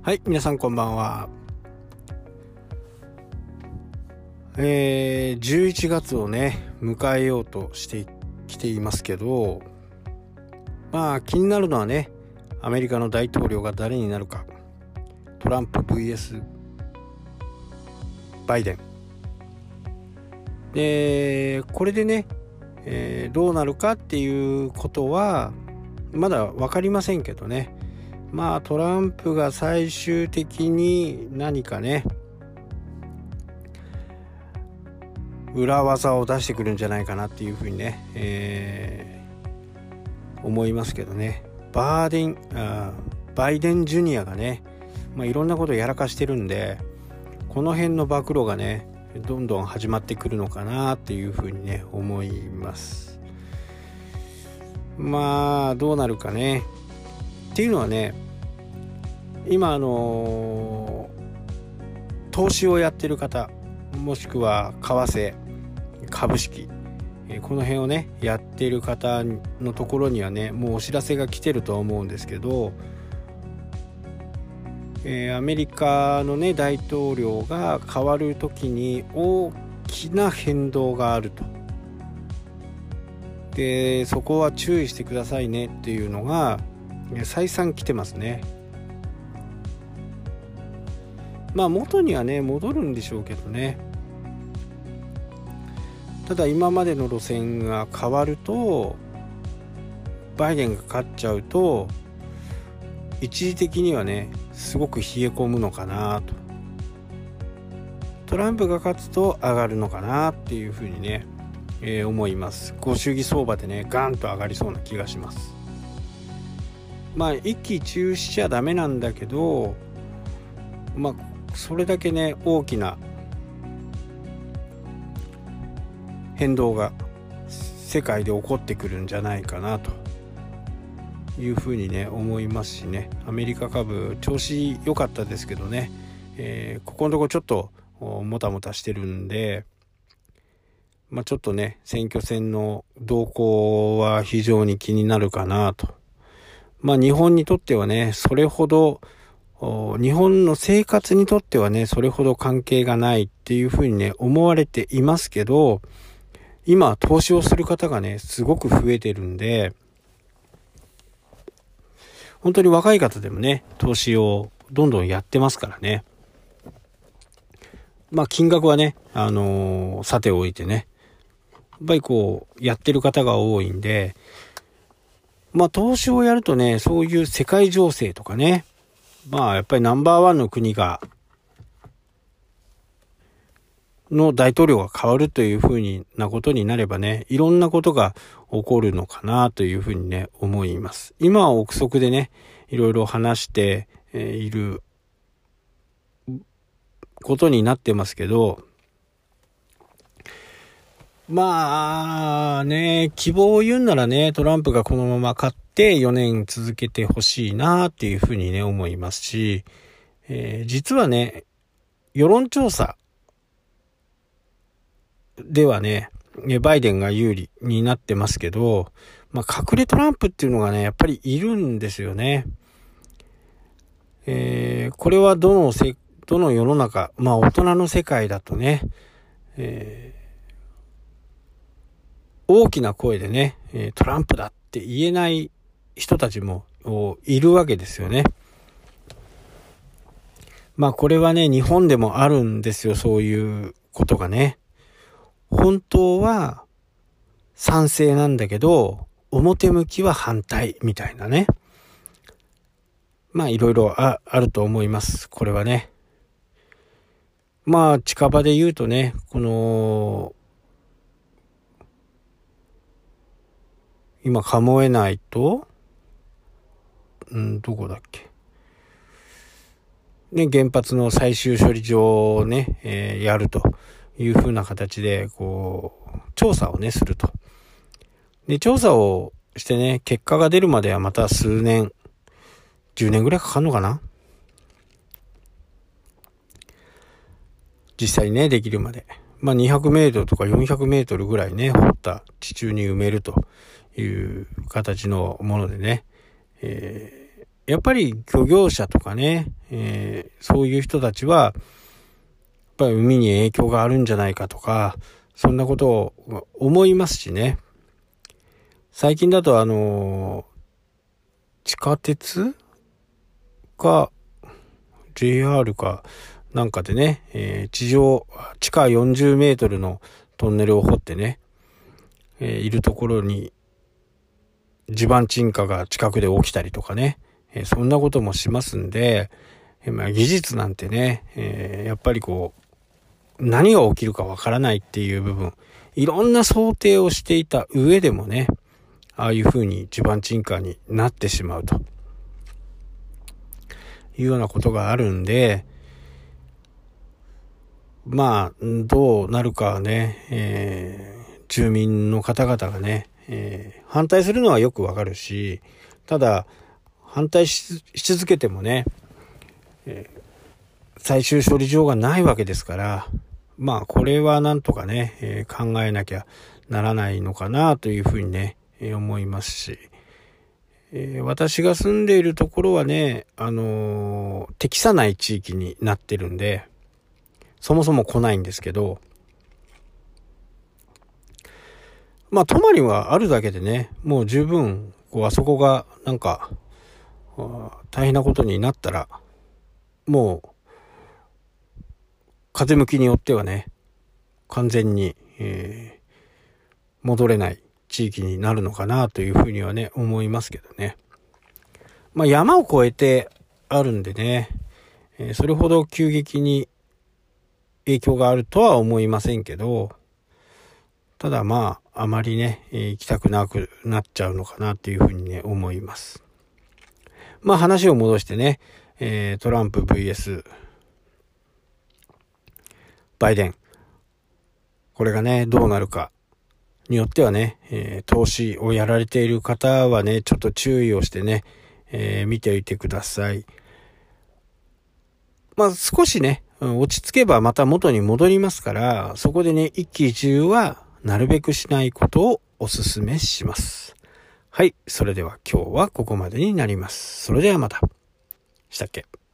はい、皆さんこんばんは。11月をね迎えようとしてきていますけど、気になるのはね、アメリカの大統領が誰になるか、トランプ vs バイデンで、これでね、どうなるかっていうことはまだ分かりませんけどね、トランプが最終的に何かね裏技を出してくるんじゃないかなっていうふうにね、思いますけどね。バイデンジュニアがね、いろんなことをやらかしてるんで、この辺の暴露がねどんどん始まってくるのかなっていうふうにね思います。どうなるかねっていうのはね、今投資をやってる方、もしくは為替、株式、この辺をねやっている方のところにはねもうお知らせが来てるとは思うんですけど、アメリカのね大統領が変わる時に大きな変動があると。でそこは注意してくださいねっていうのが再三来てますね。元にはね戻るんでしょうけどね。ただ今までの路線が変わると、バイデンが勝っちゃうと一時的にはねすごく冷え込むのかなと。トランプが勝つと上がるのかなっていうふうにね、思います。ご祝儀相場でねガンと上がりそうな気がします。一喜一憂しちゃダメなんだけど、それだけね大きな変動が世界で起こってくるんじゃないかなというふうにね思いますしね。アメリカ株調子良かったですけどね、ここのところちょっともたもたしてるんで、ちょっとね選挙戦の動向は非常に気になるかなと。日本にとってはねそれほど、日本の生活にとってはねそれほど関係がないっていうふうにね思われていますけど、今投資をする方がねすごく増えてるんで、本当に若い方でもね投資をどんどんやってますからね。金額はねさておいてね、やっぱりやってる方が多いんで、投資をやるとねそういう世界情勢とかね、やっぱりナンバーワンの国の大統領が変わるというふうなことになればね、いろんなことが起こるのかなというふうにね思います。今は憶測でねいろいろ話していることになってますけど、希望を言うならねトランプがこのまま勝って4年続けてほしいなっていうふうにね思いますし、実はね世論調査ではねバイデンが有利になってますけど、隠れトランプっていうのがねやっぱりいるんですよね。これはどの世の中、大人の世界だとね、大きな声でねトランプだって言えない人たちもいるわけですよね。これはね日本でもあるんですよ、そういうことがね。本当は賛成なんだけど表向きは反対みたいなね、いろいろあると思います。これはね近場で言うとね、この今カモエ内とどこだっけね、原発の最終処理場をね、やるというふうな形で調査をねすると。で調査をしてね結果が出るまではまた数年、10年ぐらいかかるのかな、実際ねできるまで。200メートルとか400メートルぐらいね掘った地中に埋めるという形のものでね、 やっぱり漁業者とかね、そういう人たちは、やっぱり海に影響があるんじゃないかとか、そんなことを思いますしね。最近だと地下鉄か JR かなんかでね、地下40メートルのトンネルを掘ってね、いるところに地盤沈下が近くで起きたりとかね、そんなこともしますんで、技術なんてね、やっぱり何が起きるかわからないっていう部分、いろんな想定をしていた上でもね、ああいう風に地盤沈下になってしまうというようなことがあるんで、まあどうなるかはね、住民の方々がね、反対するのはよくわかるし、ただ反対し続けてもね、最終処理場がないわけですから、まあこれはなんとかね、考えなきゃならないのかなというふうにね、思いますし、私が住んでいるところはね、適さない地域になってるんで、そもそも来ないんですけど、まあ泊まりはあるだけでね、もう十分あそこがなんか大変なことになったら、もう風向きによってはね、完全に、戻れない地域になるのかなというふうにはね、思いますけどね。まあ山を越えてあるんでね、それほど急激に影響があるとは思いませんけど、ただまああまりね、行きたくなくなっちゃうのかなっていうふうにね、思います。まあ話を戻してね、トランプ vs バイデン、これがねどうなるかによってはね、投資をやられている方はね、ちょっと注意をしてね、見ておいてください。まあ少しね、落ち着けばまた元に戻りますから、そこでね、一喜一憂はなるべくしないことをお勧めします。はい、それでは今日はここまでになります。それではまた。したっけ。